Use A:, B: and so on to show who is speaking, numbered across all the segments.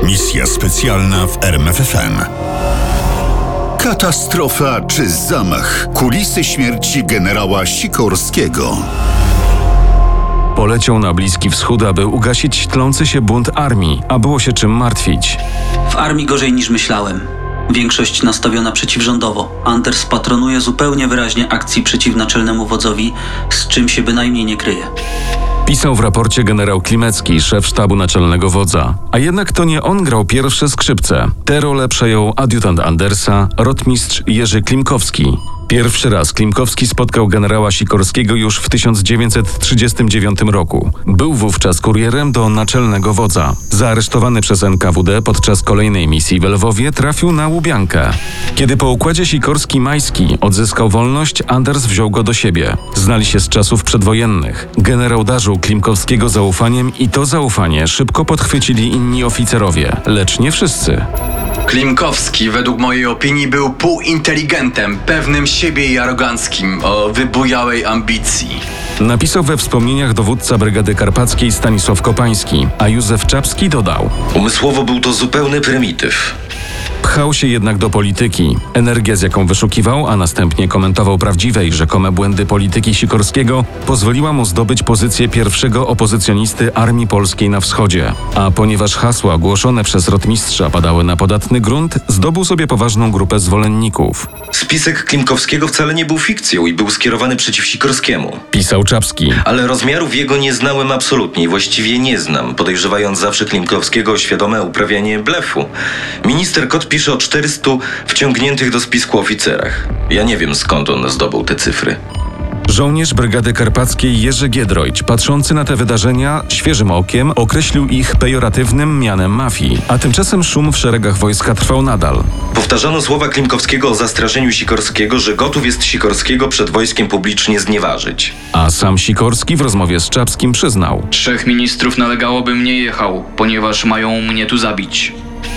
A: Misja specjalna w RMFFM. Katastrofa czy zamach? Kulisy śmierci generała Sikorskiego.
B: Poleciał na Bliski Wschód, aby ugasić tlący się bunt armii, a było się czym martwić.
C: W armii gorzej niż myślałem. Większość nastawiona przeciwrządowo. Anders patronuje zupełnie wyraźnie akcji przeciw naczelnemu wodzowi, z czym się bynajmniej nie kryje.
B: Pisał w raporcie generał Klimecki, szef sztabu naczelnego wodza. A jednak to nie on grał pierwsze skrzypce. Tę rolę przejął adiutant Andersa, rotmistrz Jerzy Klimkowski. Pierwszy raz Klimkowski spotkał generała Sikorskiego już w 1939 roku. Był wówczas kurierem do naczelnego wodza. Zaaresztowany przez NKWD podczas kolejnej misji w Lwowie trafił na Łubiankę. Kiedy po układzie Sikorski-Majski odzyskał wolność, Anders wziął go do siebie. Znali się z czasów przedwojennych. Generał darzył Klimkowskiego zaufaniem i to zaufanie szybko podchwycili inni oficerowie, lecz nie wszyscy.
D: Klimkowski, według mojej opinii, był półinteligentem, pewnym siebie i aroganckim, o wybujałej ambicji.
B: Napisał we wspomnieniach dowódca Brygady Karpackiej Stanisław Kopański, a Józef Czapski dodał:
E: umysłowo był to zupełny prymityw.
B: Pchał się jednak do polityki. Energia, z jaką wyszukiwał, a następnie komentował prawdziwe i rzekome błędy polityki Sikorskiego, pozwoliła mu zdobyć pozycję pierwszego opozycjonisty Armii Polskiej na wschodzie. A ponieważ hasła głoszone przez rotmistrza padały na podatny grunt, zdobył sobie poważną grupę zwolenników.
E: Spisek Klimkowskiego wcale nie był fikcją i był skierowany przeciw Sikorskiemu.
B: Pisał Czapski.
E: Ale rozmiarów jego nie znałem absolutnie i właściwie nie znam, podejrzewając zawsze Klimkowskiego o świadome uprawianie blefu. Minister Kot pisze o 400 wciągniętych do spisku oficerach. Ja nie wiem, skąd on zdobył te cyfry.
B: Żołnierz Brygady Karpackiej Jerzy Giedroyć, patrzący na te wydarzenia świeżym okiem, określił ich pejoratywnym mianem mafii, a tymczasem szum w szeregach wojska trwał nadal.
E: Powtarzano słowa Klimkowskiego o zastraszeniu Sikorskiego, że gotów jest Sikorskiego przed wojskiem publicznie znieważyć.
B: A sam Sikorski w rozmowie z Czapskim przyznał:
F: 3 ministrów nalegało, bym nie jechał, ponieważ mają mnie tu zabić.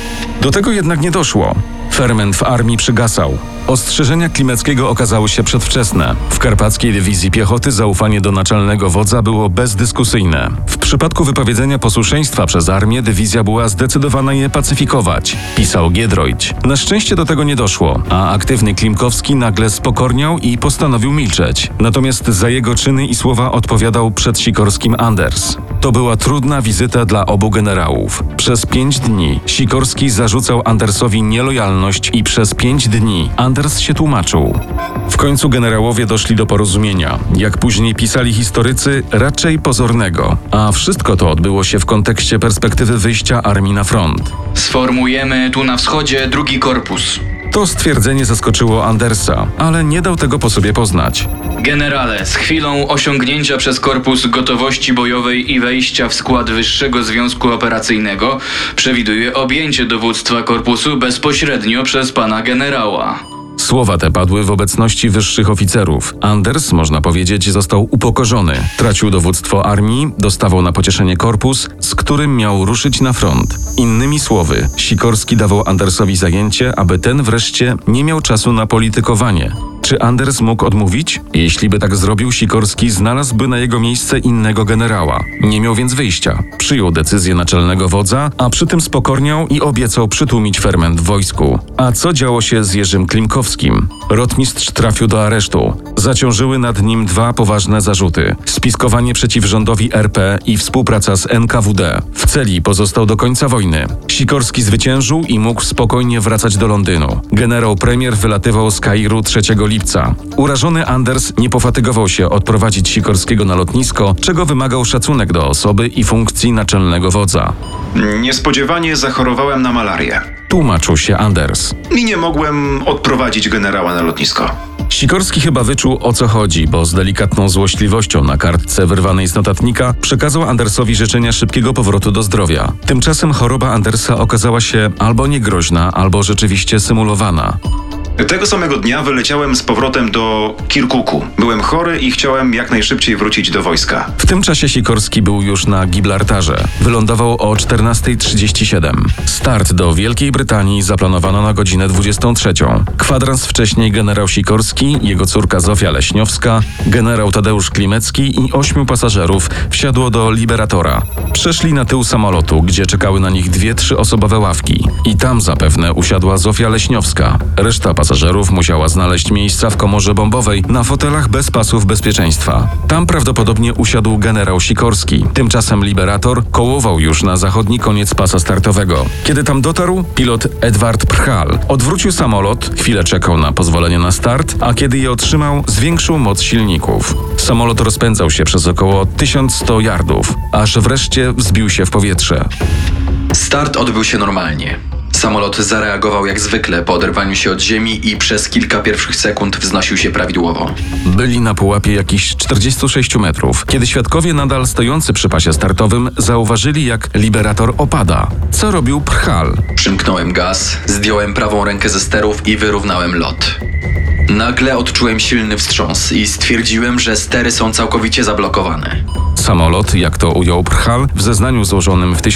B: Do tego jednak nie doszło. Ferment w armii przygasał. Ostrzeżenia Klimeckiego okazały się przedwczesne. W Karpackiej Dywizji Piechoty zaufanie do naczelnego wodza było bezdyskusyjne. W przypadku wypowiedzenia posłuszeństwa przez armię dywizja była zdecydowana je pacyfikować, pisał Giedroyć. Na szczęście do tego nie doszło, a aktywny Klimkowski nagle spokorniał i postanowił milczeć. Natomiast za jego czyny i słowa odpowiadał przed Sikorskim Anders. To była trudna wizyta dla obu generałów. Przez 5 dni Sikorski zarzucał Andersowi nielojalność i przez 5 dni Anders się tłumaczył. W końcu generałowie doszli do porozumienia, jak później pisali historycy, raczej pozornego. A wszystko to odbyło się w kontekście perspektywy wyjścia armii na front.
F: Sformujemy tu na wschodzie 2. korpus.
B: To stwierdzenie zaskoczyło Andersa, ale nie dał tego po sobie poznać.
F: Generale, z chwilą osiągnięcia przez korpus gotowości bojowej i wejścia w skład Wyższego Związku Operacyjnego przewiduję objęcie dowództwa korpusu bezpośrednio przez pana generała.
B: Słowa te padły w obecności wyższych oficerów. Anders, można powiedzieć, został upokorzony. Tracił dowództwo armii, dostawał na pocieszenie korpus, z którym miał ruszyć na front. Innymi słowy, Sikorski dawał Andersowi zajęcie, aby ten wreszcie nie miał czasu na politykowanie. Czy Anders mógł odmówić? Jeśli by tak zrobił, Sikorski znalazłby na jego miejsce innego generała. Nie miał więc wyjścia. Przyjął decyzję naczelnego wodza, a przy tym spokorniał i obiecał przytłumić ferment w wojsku. A co działo się z Jerzym Klimkowskim? Rotmistrz trafił do aresztu. Zaciążyły nad nim 2 poważne zarzuty: spiskowanie przeciw rządowi RP i współpraca z NKWD. W celi pozostał do końca wojny. Sikorski zwyciężył i mógł spokojnie wracać do Londynu. Generał premier wylatywał z Kairu 3 lipca. Urażony Anders nie pofatygował się odprowadzić Sikorskiego na lotnisko, czego wymagał szacunek do osoby i funkcji naczelnego wodza.
G: Niespodziewanie zachorowałem na malarię.
B: Tłumaczył się Anders.
G: I nie mogłem odprowadzić generała na lotnisko.
B: Sikorski chyba wyczuł, o co chodzi, bo z delikatną złośliwością na kartce wyrwanej z notatnika przekazał Andersowi życzenia szybkiego powrotu do zdrowia. Tymczasem choroba Andersa okazała się albo niegroźna, albo rzeczywiście symulowana.
G: Tego samego dnia wyleciałem z powrotem do Kirkuku. Byłem chory i chciałem jak najszybciej wrócić do wojska.
B: W tym czasie Sikorski był już na Gibraltarze. Wylądował o 14:37. Start do Wielkiej Brytanii zaplanowano na godzinę 23. Kwadrans wcześniej generał Sikorski, jego córka Zofia Leśniowska, generał Tadeusz Klimecki i 8 pasażerów wsiadło do Liberatora. Przeszli na tył samolotu, gdzie czekały na nich 2 trzyosobowe ławki. I tam zapewne usiadła Zofia Leśniowska. Reszta pasażerów musiała znaleźć miejsca w komorze bombowej na fotelach bez pasów bezpieczeństwa. Tam prawdopodobnie usiadł generał Sikorski. Tymczasem Liberator kołował już na zachodni koniec pasa startowego. Kiedy tam dotarł, pilot Edward Prchal odwrócił samolot, chwilę czekał na pozwolenie na start, a kiedy je otrzymał, zwiększył moc silników. Samolot rozpędzał się przez około 1100 yardów, aż wreszcie wzbił się w powietrze.
D: Start odbył się normalnie. Samolot zareagował jak zwykle po oderwaniu się od ziemi i przez kilka pierwszych sekund wznosił się prawidłowo.
B: Byli na pułapie jakichś 46 metrów, kiedy świadkowie nadal stojący przy pasie startowym zauważyli, jak Liberator opada. Co robił Prchal?
D: Przymknąłem gaz, zdjąłem prawą rękę ze sterów i wyrównałem lot. Nagle odczułem silny wstrząs i stwierdziłem, że stery są całkowicie zablokowane.
B: Samolot, jak to ujął Prchal, w zeznaniu złożonym w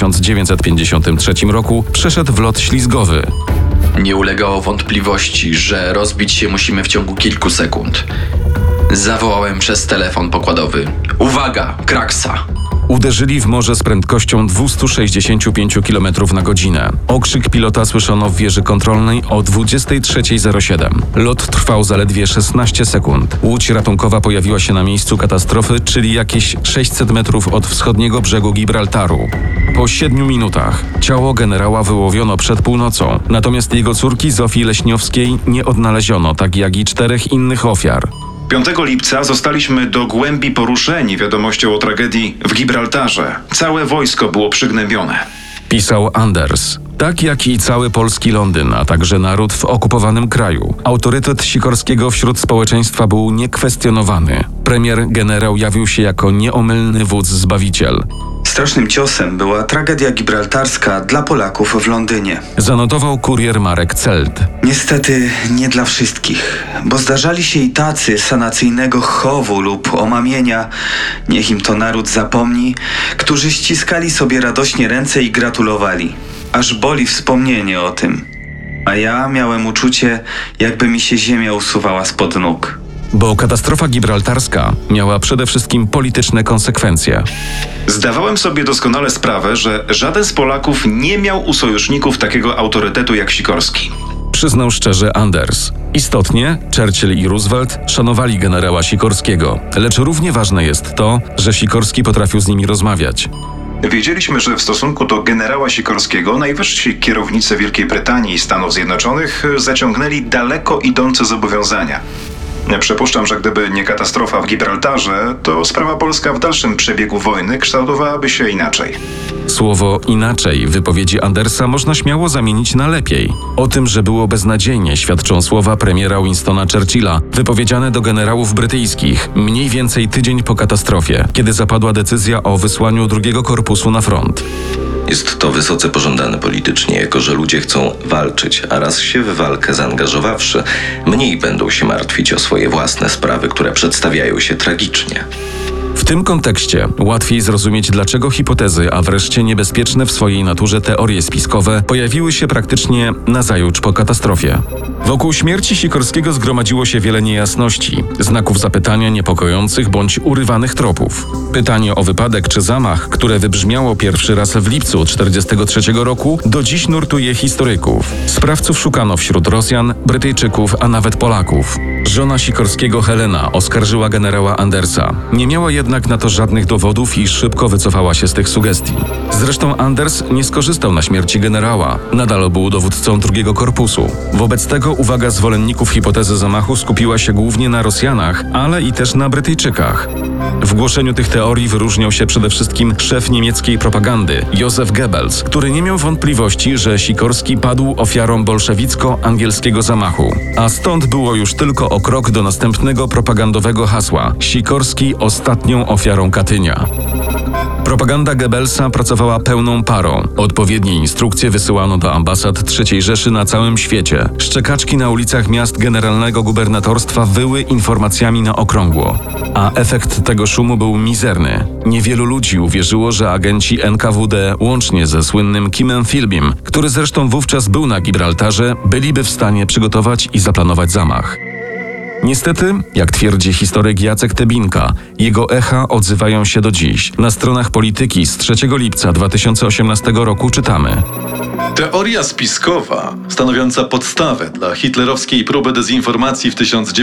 B: 1953 roku przeszedł w lot ślizgowy.
D: Nie ulegało wątpliwości, że rozbić się musimy w ciągu kilku sekund. Zawołałem przez telefon pokładowy: uwaga, kraksa!
B: Uderzyli w morze z prędkością 265 km na godzinę. Okrzyk pilota słyszono w wieży kontrolnej o 23:07. Lot trwał zaledwie 16 sekund. Łódź ratunkowa pojawiła się na miejscu katastrofy, czyli jakieś 600 metrów od wschodniego brzegu Gibraltaru. Po 7 minutach ciało generała wyłowiono przed północą, natomiast jego córki Zofii Leśniowskiej nie odnaleziono, tak jak i 4 innych ofiar.
G: 5 lipca zostaliśmy do głębi poruszeni wiadomością o tragedii w Gibraltarze. Całe wojsko było przygnębione.
B: Pisał Anders. Tak jak i cały polski Londyn, a także naród w okupowanym kraju. Autorytet Sikorskiego wśród społeczeństwa był niekwestionowany. Premier generał jawił się jako nieomylny wódz zbawiciel.
H: Strasznym ciosem była tragedia gibraltarska dla Polaków w Londynie.
B: Zanotował kurier Marek Celt.
H: Niestety nie dla wszystkich, bo zdarzali się i tacy sanacyjnego chowu lub omamienia, niech im to naród zapomni, którzy ściskali sobie radośnie ręce i gratulowali. Aż boli wspomnienie o tym. A ja miałem uczucie, jakby mi się ziemia usuwała spod nóg.
B: Bo katastrofa gibraltarska miała przede wszystkim polityczne konsekwencje.
G: Zdawałem sobie doskonale sprawę, że żaden z Polaków nie miał u sojuszników takiego autorytetu jak Sikorski.
B: Przyznał szczerze Anders. Istotnie Churchill i Roosevelt szanowali generała Sikorskiego, lecz równie ważne jest to, że Sikorski potrafił z nimi rozmawiać.
G: Wiedzieliśmy, że w stosunku do generała Sikorskiego najwyżsi kierownicy Wielkiej Brytanii i Stanów Zjednoczonych zaciągnęli daleko idące zobowiązania. Przypuszczam, że gdyby nie katastrofa w Gibraltarze, to sprawa polska w dalszym przebiegu wojny kształtowałaby się inaczej.
B: Słowo inaczej w wypowiedzi Andersa można śmiało zamienić na lepiej. O tym, że było beznadziejnie, świadczą słowa premiera Winstona Churchilla, wypowiedziane do generałów brytyjskich mniej więcej tydzień po katastrofie, kiedy zapadła decyzja o wysłaniu drugiego korpusu na front.
E: Jest to wysoce pożądane politycznie, jako że ludzie chcą walczyć, a raz się w walkę zaangażowawszy, mniej będą się martwić o swoje własne sprawy, które przedstawiają się tragicznie.
B: W tym kontekście łatwiej zrozumieć, dlaczego hipotezy, a wreszcie niebezpieczne w swojej naturze teorie spiskowe pojawiły się praktycznie nazajutrz po katastrofie. Wokół śmierci Sikorskiego zgromadziło się wiele niejasności, znaków zapytania niepokojących bądź urywanych tropów. Pytanie o wypadek czy zamach, które wybrzmiało pierwszy raz w lipcu 1943 roku, do dziś nurtuje historyków. Sprawców szukano wśród Rosjan, Brytyjczyków, a nawet Polaków. Żona Sikorskiego Helena oskarżyła generała Andersa. Nie miała jednak na to żadnych dowodów i szybko wycofała się z tych sugestii. Zresztą Anders nie skorzystał na śmierci generała. Nadal był dowódcą drugiego korpusu. Wobec tego uwaga zwolenników hipotezy zamachu skupiła się głównie na Rosjanach, ale i też na Brytyjczykach. W głoszeniu tych teorii wyróżniał się przede wszystkim szef niemieckiej propagandy, Joseph Goebbels, który nie miał wątpliwości, że Sikorski padł ofiarą bolszewicko-angielskiego zamachu. A stąd było już tylko o krok do następnego propagandowego hasła: Sikorski ostatnią ofiarą Katynia. Propaganda Goebbelsa pracowała pełną parą. Odpowiednie instrukcje wysyłano do ambasad III Rzeszy na całym świecie. Szczekaczki na ulicach miast generalnego gubernatorstwa wyły informacjami na okrągło. A efekt tego szumu był mizerny. Niewielu ludzi uwierzyło, że agenci NKWD, łącznie ze słynnym Kimem Philbym, który zresztą wówczas był na Gibraltarze, byliby w stanie przygotować i zaplanować zamach. Niestety, jak twierdzi historyk Jacek Tebinka, jego echa odzywają się do dziś. Na stronach Polityki z 3 lipca 2018 roku czytamy:
I: Teoria spiskowa, stanowiąca podstawę dla hitlerowskiej próby dezinformacji w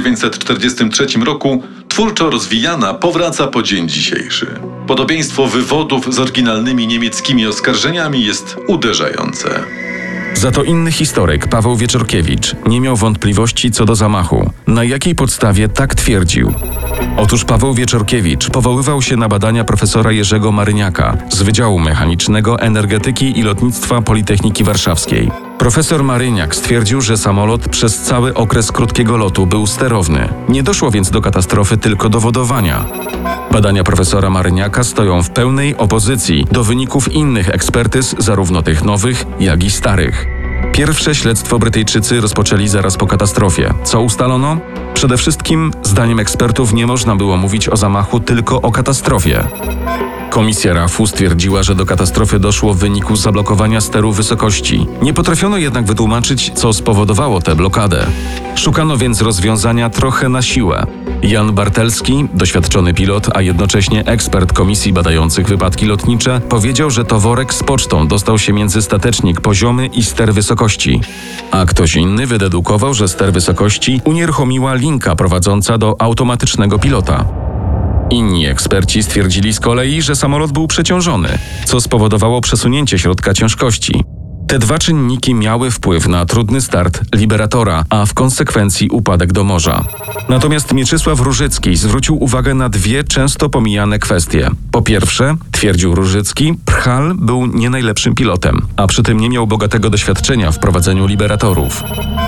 I: 1943 roku, twórczo rozwijana, powraca po dzień dzisiejszy. Podobieństwo wywodów z oryginalnymi niemieckimi oskarżeniami jest uderzające.
B: Za to inny historyk, Paweł Wieczorkiewicz, nie miał wątpliwości co do zamachu. Na jakiej podstawie tak twierdził? Otóż Paweł Wieczorkiewicz powoływał się na badania profesora Jerzego Maryniaka z Wydziału Mechanicznego Energetyki i Lotnictwa Politechniki Warszawskiej. Profesor Maryniak stwierdził, że samolot przez cały okres krótkiego lotu był sterowny. Nie doszło więc do katastrofy, tylko do wodowania. Badania profesora Maryniaka stoją w pełnej opozycji do wyników innych ekspertyz, zarówno tych nowych, jak i starych. Pierwsze śledztwo Brytyjczycy rozpoczęli zaraz po katastrofie. Co ustalono? Przede wszystkim, zdaniem ekspertów, nie można było mówić o zamachu, tylko o katastrofie. Komisja RAF-u stwierdziła, że do katastrofy doszło w wyniku zablokowania steru wysokości. Nie potrafiono jednak wytłumaczyć, co spowodowało tę blokadę. Szukano więc rozwiązania trochę na siłę. Jan Bartelski, doświadczony pilot, a jednocześnie ekspert komisji badających wypadki lotnicze, powiedział, że to worek z pocztą dostał się między statecznik poziomy i ster wysokości. A ktoś inny wydedukował, że ster wysokości unieruchomiła linka prowadząca do automatycznego pilota. Inni eksperci stwierdzili z kolei, że samolot był przeciążony, co spowodowało przesunięcie środka ciężkości. Te dwa czynniki miały wpływ na trudny start Liberatora, a w konsekwencji upadek do morza. Natomiast Mieczysław Różycki zwrócił uwagę na dwie często pomijane kwestie. Po pierwsze, twierdził Różycki, Prchal był nie najlepszym pilotem, a przy tym nie miał bogatego doświadczenia w prowadzeniu Liberatorów.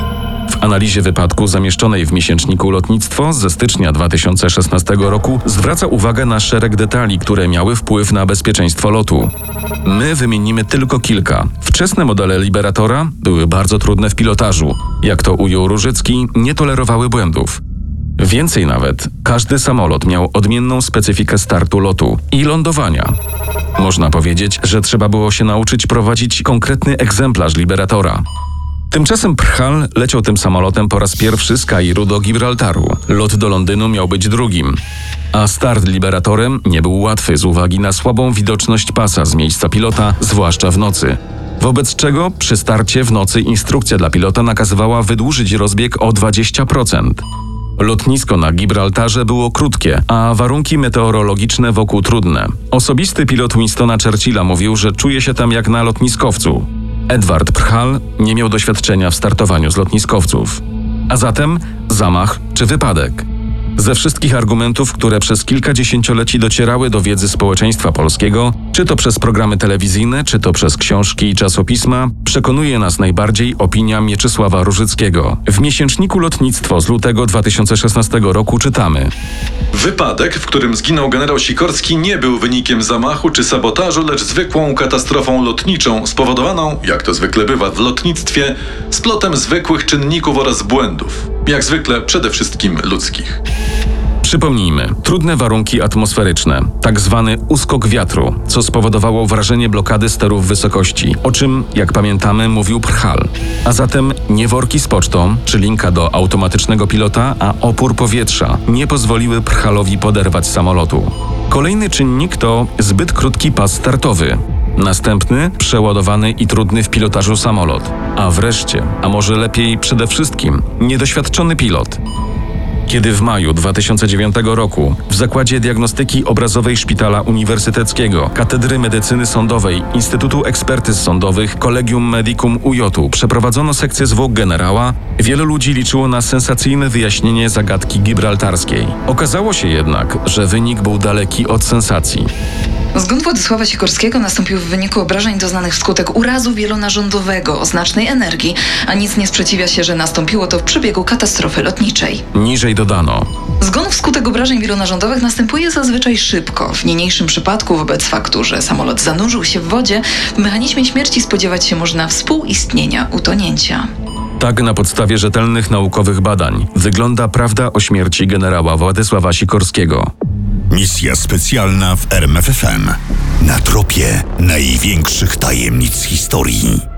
B: W analizie wypadku zamieszczonej w miesięczniku Lotnictwo ze stycznia 2016 roku zwraca uwagę na szereg detali, które miały wpływ na bezpieczeństwo lotu. My wymienimy tylko kilka. Wczesne modele Liberatora były bardzo trudne w pilotażu. Jak to ujął Różycki, nie tolerowały błędów. Więcej nawet, każdy samolot miał odmienną specyfikę startu lotu i lądowania. Można powiedzieć, że trzeba było się nauczyć prowadzić konkretny egzemplarz Liberatora. Tymczasem Prchal leciał tym samolotem po raz pierwszy z Kairu do Gibraltaru. Lot do Londynu miał być drugim. A start Liberatorem nie był łatwy z uwagi na słabą widoczność pasa z miejsca pilota, zwłaszcza w nocy. Wobec czego przy starcie w nocy instrukcja dla pilota nakazywała wydłużyć rozbieg o 20%. Lotnisko na Gibraltarze było krótkie, a warunki meteorologiczne wokół trudne. Osobisty pilot Winstona Churchilla mówił, że czuje się tam jak na lotniskowcu. Edward Prchal nie miał doświadczenia w startowaniu z lotniskowców. A zatem zamach czy wypadek? Ze wszystkich argumentów, które przez kilka dziesięcioleci docierały do wiedzy społeczeństwa polskiego, czy to przez programy telewizyjne, czy to przez książki i czasopisma, przekonuje nas najbardziej opinia Mieczysława Różyckiego. W miesięczniku Lotnictwo z lutego 2016 roku czytamy:
I: Wypadek, w którym zginął generał Sikorski, nie był wynikiem zamachu czy sabotażu, lecz zwykłą katastrofą lotniczą, spowodowaną, jak to zwykle bywa w lotnictwie, splotem zwykłych czynników oraz błędów. Jak zwykle przede wszystkim ludzkich.
B: Przypomnijmy, trudne warunki atmosferyczne, tak zwany uskok wiatru, co spowodowało wrażenie blokady sterów wysokości, o czym, jak pamiętamy, mówił Prchal. A zatem nie worki z pocztą, czy linka do automatycznego pilota, a opór powietrza nie pozwoliły Prchalowi poderwać samolotu. Kolejny czynnik to zbyt krótki pas startowy. Następny, przeładowany i trudny w pilotażu samolot. A wreszcie, a może lepiej przede wszystkim, niedoświadczony pilot. Kiedy w maju 2009 roku w Zakładzie Diagnostyki Obrazowej Szpitala Uniwersyteckiego, Katedry Medycyny Sądowej, Instytutu Ekspertyz Sądowych, Collegium Medicum UJ przeprowadzono sekcję zwłok generała, wielu ludzi liczyło na sensacyjne wyjaśnienie zagadki gibraltarskiej. Okazało się jednak, że wynik był daleki od sensacji.
J: Zgon Władysława Sikorskiego nastąpił w wyniku obrażeń doznanych wskutek urazu wielonarządowego o znacznej energii, a nic nie sprzeciwia się, że nastąpiło to w przebiegu katastrofy lotniczej.
B: Niżej dodano:
J: Zgon wskutek obrażeń wielonarządowych następuje zazwyczaj szybko. W niniejszym przypadku, wobec faktu, że samolot zanurzył się w wodzie, w mechanizmie śmierci spodziewać się można współistnienia utonięcia.
B: Tak na podstawie rzetelnych naukowych badań wygląda prawda o śmierci generała Władysława Sikorskiego.
A: Misja specjalna w RMFFM. Na tropie największych tajemnic historii.